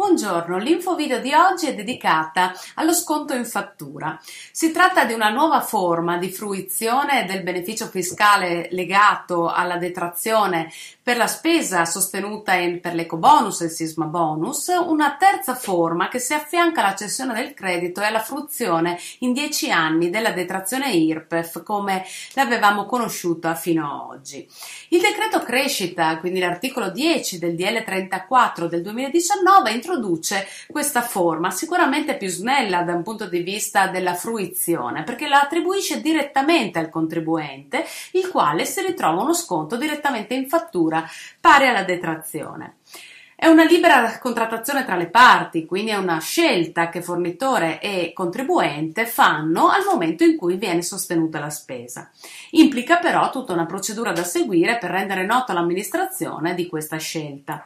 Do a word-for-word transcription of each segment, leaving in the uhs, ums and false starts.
Buongiorno, l'info video di oggi è dedicata allo sconto in fattura. Si tratta di una nuova forma di fruizione del beneficio fiscale legato alla detrazione per la spesa sostenuta in, per l'ecobonus e il sisma bonus, una terza forma che si affianca alla cessione del credito e alla fruizione in dieci anni della detrazione I R P E F come l'avevamo conosciuta fino ad oggi. Il decreto crescita, quindi l'articolo dieci del D L trentaquattro del duemiladiciannove, introduce questa forma sicuramente più snella da un punto di vista della fruizione, perché la attribuisce direttamente al contribuente, il quale si ritrova uno sconto direttamente in fattura pari alla detrazione. È una libera contrattazione tra le parti, quindi è una scelta che fornitore e contribuente fanno al momento in cui viene sostenuta la spesa. Implica però tutta una procedura da seguire per rendere nota all'amministrazione di questa scelta.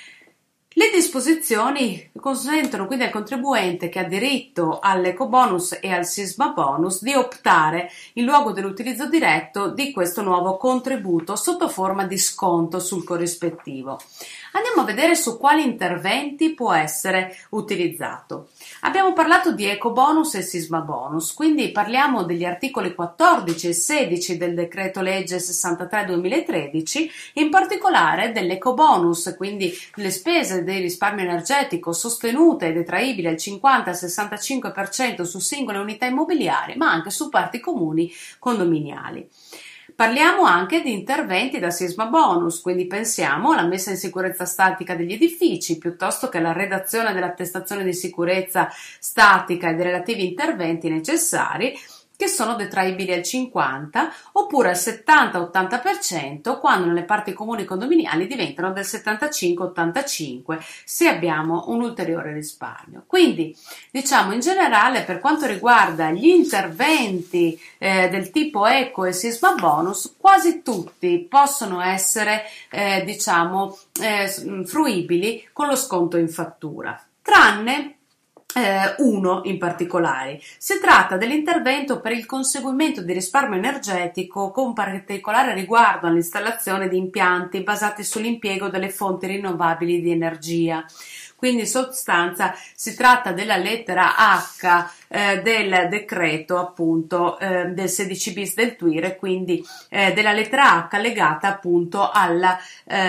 Le disposizioni consentono quindi al contribuente che ha diritto all'ecobonus e al sisma bonus di optare in luogo dell'utilizzo diretto di questo nuovo contributo sotto forma di sconto sul corrispettivo. Andiamo a vedere su quali interventi può essere utilizzato. Abbiamo parlato di ecobonus e sisma bonus, quindi parliamo degli articoli quattordici e sedici del decreto legge sessantatré duemilatredici, in particolare dell'ecobonus, quindi le spese del risparmio energetico sostenute e detraibili al cinquanta sessantacinque per cento su singole unità immobiliari, ma anche su parti comuni condominiali. Parliamo anche di interventi da sisma bonus, quindi pensiamo alla messa in sicurezza statica degli edifici, piuttosto che alla redazione dell'attestazione di sicurezza statica e dei relativi interventi necessari, che sono detraibili al cinquanta oppure al settanta ottanta per cento quando nelle parti comuni condominiali diventano del settantacinque ottantacinque per cento se abbiamo un ulteriore risparmio. Quindi diciamo in generale per quanto riguarda gli interventi eh, del tipo eco e sisma bonus, quasi tutti possono essere eh, diciamo eh, fruibili con lo sconto in fattura, tranne Eh, uno in particolare. Si tratta dell'intervento per il conseguimento di risparmio energetico con particolare riguardo all'installazione di impianti basati sull'impiego delle fonti rinnovabili di energia. Quindi in sostanza si tratta della lettera H eh, del decreto appunto eh, del sedici bis del T U I R e quindi eh, della lettera H legata appunto alla,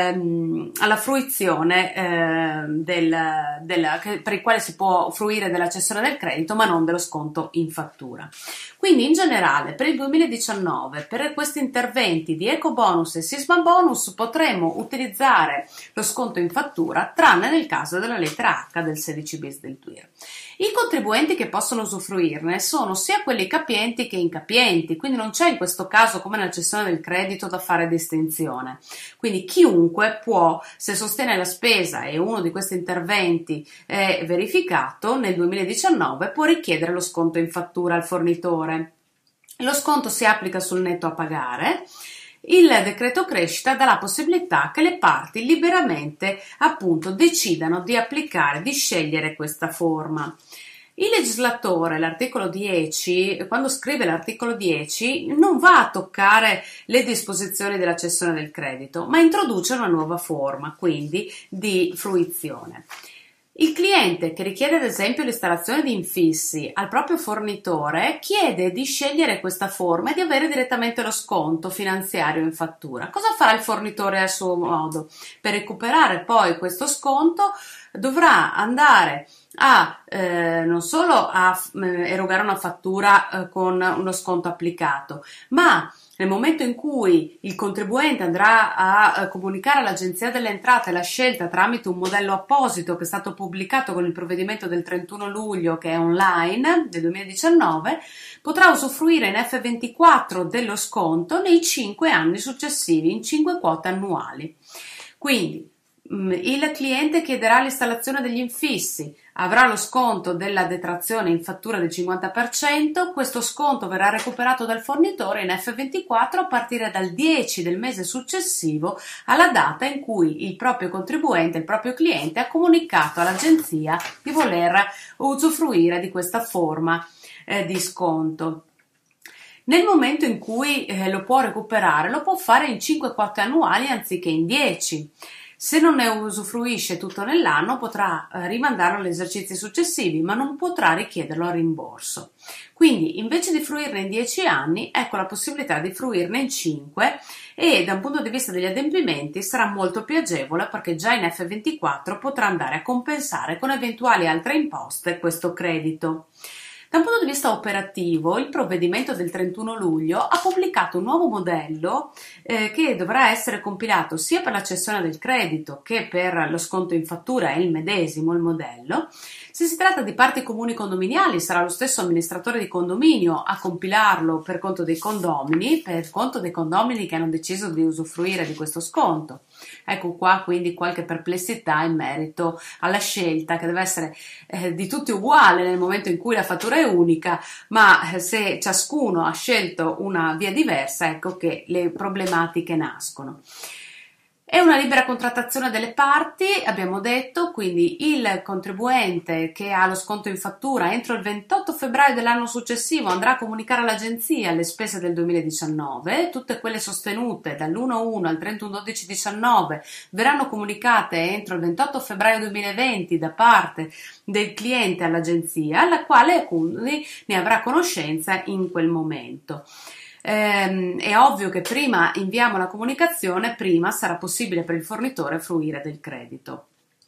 ehm, alla fruizione eh, del, del, che, per il quale si può fruire della cessione del credito ma non dello sconto in fattura. Quindi in generale per il duemiladiciannove per questi interventi di ecobonus e sisma bonus potremo utilizzare lo sconto in fattura tranne nel caso della lettera H del sedici bis del T U I R. I contribuenti che possono usufruirne sono sia quelli capienti che incapienti, quindi non c'è in questo caso come nella cessione del credito da fare distinzione. Quindi chiunque può, se sostiene la spesa e uno di questi interventi è verificato nel duemiladiciannove, può richiedere lo sconto in fattura al fornitore. Lo sconto si applica sul netto a pagare. Il decreto crescita dà la possibilità che le parti liberamente appunto decidano di applicare, di scegliere questa forma. Il legislatore, l'articolo dieci, quando scrive l'articolo dieci, non va a toccare le disposizioni della cessione del credito, ma introduce una nuova forma, quindi di fruizione. Il cliente che richiede ad esempio l'installazione di infissi al proprio fornitore chiede di scegliere questa forma e di avere direttamente lo sconto finanziario in fattura. Cosa farà il fornitore a suo modo? Per recuperare poi questo sconto dovrà andare a eh, non solo a eh, erogare una fattura eh, con uno sconto applicato, ma nel momento in cui il contribuente andrà a eh, comunicare all'Agenzia delle Entrate la scelta tramite un modello apposito che è stato pubblicato con il provvedimento del trentuno luglio che è online del duemiladiciannove, potrà usufruire in F ventiquattro dello sconto nei cinque anni successivi in cinque quote annuali. Quindi il cliente chiederà l'installazione degli infissi, avrà lo sconto della detrazione in fattura del cinquanta per cento, questo sconto verrà recuperato dal fornitore in F ventiquattro a partire dal dieci del mese successivo alla data in cui il proprio contribuente, il proprio cliente ha comunicato all'agenzia di voler usufruire di questa forma eh, di sconto. Nel momento in cui eh, lo può recuperare, lo può fare in cinque quote annuali anziché in dieci. Se non ne usufruisce tutto nell'anno potrà eh, rimandarlo agli esercizi successivi, ma non potrà richiederlo a rimborso. Quindi invece di fruirne in dieci anni, ecco la possibilità di fruirne in cinque e da un punto di vista degli adempimenti sarà molto più agevole perché già in effe ventiquattro potrà andare a compensare con eventuali altre imposte questo credito. Da un punto di vista operativo, il provvedimento del trentuno luglio ha pubblicato un nuovo modello eh, che dovrà essere compilato sia per la cessione del credito che per lo sconto in fattura, è il medesimo il modello. Se si tratta di parti comuni condominiali, sarà lo stesso amministratore di condominio a compilarlo per conto dei condomini, per conto dei condomini che hanno deciso di usufruire di questo sconto. Ecco qua quindi qualche perplessità in merito alla scelta che deve essere eh, di tutti uguale nel momento in cui la fattura è unica, ma eh, se ciascuno ha scelto una via diversa, ecco che le problematiche nascono. È una libera contrattazione delle parti, abbiamo detto, quindi il contribuente che ha lo sconto in fattura entro il ventotto febbraio dell'anno successivo andrà a comunicare all'agenzia le spese del duemiladiciannove, tutte quelle sostenute dall'uno uno al trentuno dodici diciannove verranno comunicate entro il ventotto febbraio duemilaventi da parte del cliente all'agenzia, la quale quindi ne avrà conoscenza in quel momento. Eh, è ovvio che prima inviamo la comunicazione, prima sarà possibile per il fornitore fruire del credito.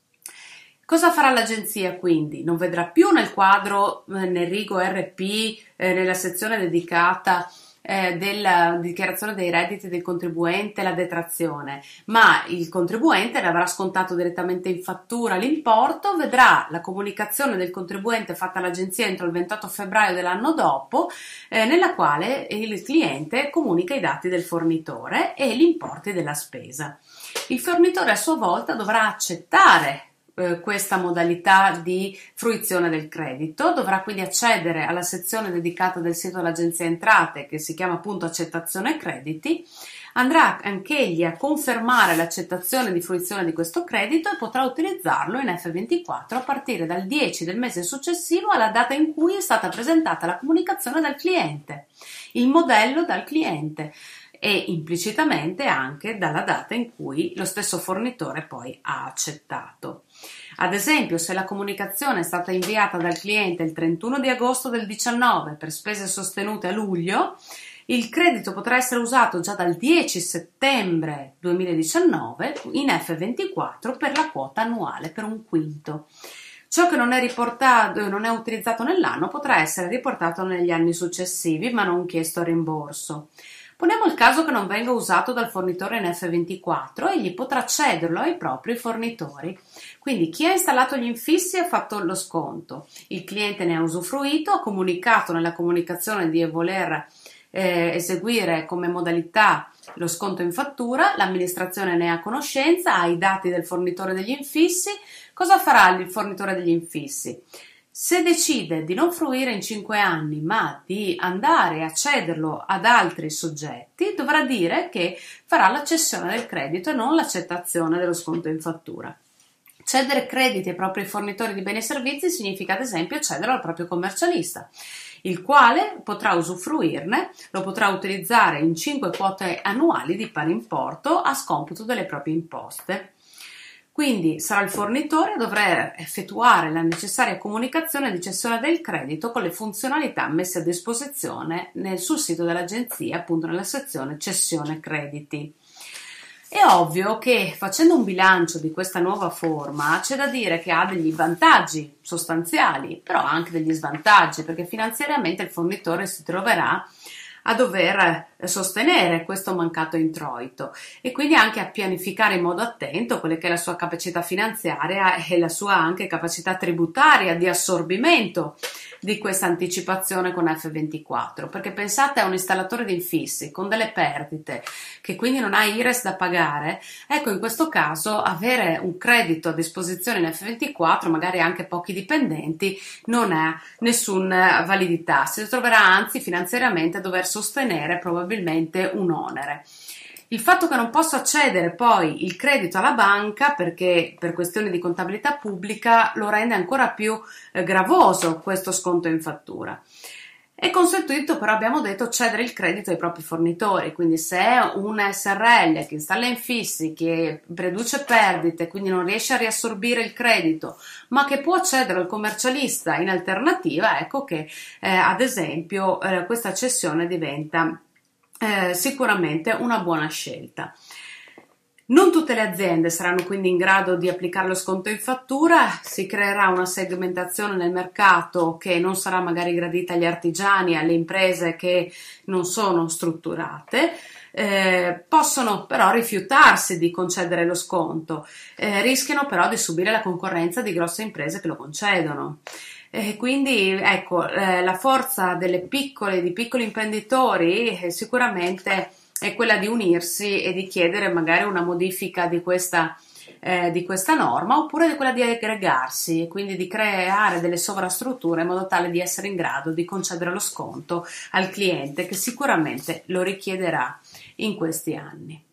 Cosa farà l'agenzia quindi? Non vedrà più nel quadro, eh, nel rigo erre pi, eh, nella sezione dedicata eh, della dichiarazione dei redditi del contribuente la detrazione, ma il contribuente ne avrà scontato direttamente in fattura l'importo, vedrà la comunicazione del contribuente fatta all'agenzia entro il ventotto febbraio dell'anno dopo, eh, nella quale il cliente comunica i dati del fornitore e gli importi della spesa. Il fornitore a sua volta dovrà accettare questa modalità di fruizione del credito, dovrà quindi accedere alla sezione dedicata del sito dell'Agenzia Entrate che si chiama appunto accettazione crediti, andrà anch'egli a confermare l'accettazione di fruizione di questo credito e potrà utilizzarlo in effe ventiquattro a partire dal dieci del mese successivo alla data in cui è stata presentata la comunicazione dal cliente, il modello dal cliente e implicitamente anche dalla data in cui lo stesso fornitore poi ha accettato. Ad esempio, se la comunicazione è stata inviata dal cliente il trentuno di agosto del diciannove per spese sostenute a luglio, il credito potrà essere usato già dal dieci settembre duemiladiciannove in effe ventiquattro per la quota annuale per un quinto. Ciò che non è riportato, non è utilizzato nell'anno potrà essere riportato negli anni successivi, ma non chiesto a rimborso. Poniamo il caso che non venga usato dal fornitore in effe ventiquattro, egli potrà cederlo ai propri fornitori. Quindi chi ha installato gli infissi ha fatto lo sconto, il cliente ne ha usufruito, ha comunicato nella comunicazione di voler eh, eseguire come modalità lo sconto in fattura, l'amministrazione ne ha conoscenza, ha i dati del fornitore degli infissi. Cosa farà il fornitore degli infissi? Se decide di non fruire in cinque anni ma di andare a cederlo ad altri soggetti, dovrà dire che farà la cessione del credito e non l'accettazione dello sconto in fattura. Cedere crediti ai propri fornitori di beni e servizi significa ad esempio cederlo al proprio commercialista, il quale potrà usufruirne, lo potrà utilizzare in cinque quote annuali di pari importo a scomputo delle proprie imposte. Quindi sarà il fornitore a dover effettuare la necessaria comunicazione di cessione del credito con le funzionalità messe a disposizione nel, sul sito dell'agenzia, appunto nella sezione cessione crediti. È ovvio che facendo un bilancio di questa nuova forma c'è da dire che ha degli vantaggi sostanziali, però anche degli svantaggi, perché finanziariamente il fornitore si troverà a dover sostenere questo mancato introito e quindi anche a pianificare in modo attento quella che è la sua capacità finanziaria e la sua anche capacità tributaria di assorbimento di questa anticipazione con effe ventiquattro, perché pensate a un installatore di infissi con delle perdite che quindi non ha I R E S da pagare, ecco in questo caso avere un credito a disposizione in effe ventiquattro, magari anche pochi dipendenti, non ha nessuna validità, si troverà anzi finanziariamente a dover sostenere probabilmente un onere. Il fatto che non possa accedere poi il credito alla banca perché per questioni di contabilità pubblica lo rende ancora più eh, gravoso questo sconto in fattura. E consentito però abbiamo detto cedere il credito ai propri fornitori, quindi se è una S R L che installa infissi, che produce perdite, quindi non riesce a riassorbire il credito, ma che può cedere al commercialista in alternativa, ecco che eh, ad esempio eh, questa cessione diventa eh, sicuramente una buona scelta. Non tutte le aziende saranno quindi in grado di applicare lo sconto in fattura, si creerà una segmentazione nel mercato che non sarà magari gradita agli artigiani, alle imprese che non sono strutturate. Eh, possono però rifiutarsi di concedere lo sconto, eh, rischiano però di subire la concorrenza di grosse imprese che lo concedono. E quindi ecco, eh, la forza delle piccole, di piccoli imprenditori eh, sicuramente è quella di unirsi e di chiedere magari una modifica di questa, eh, di questa norma, oppure di quella di aggregarsi, quindi di creare delle sovrastrutture in modo tale di essere in grado di concedere lo sconto al cliente che sicuramente lo richiederà in questi anni.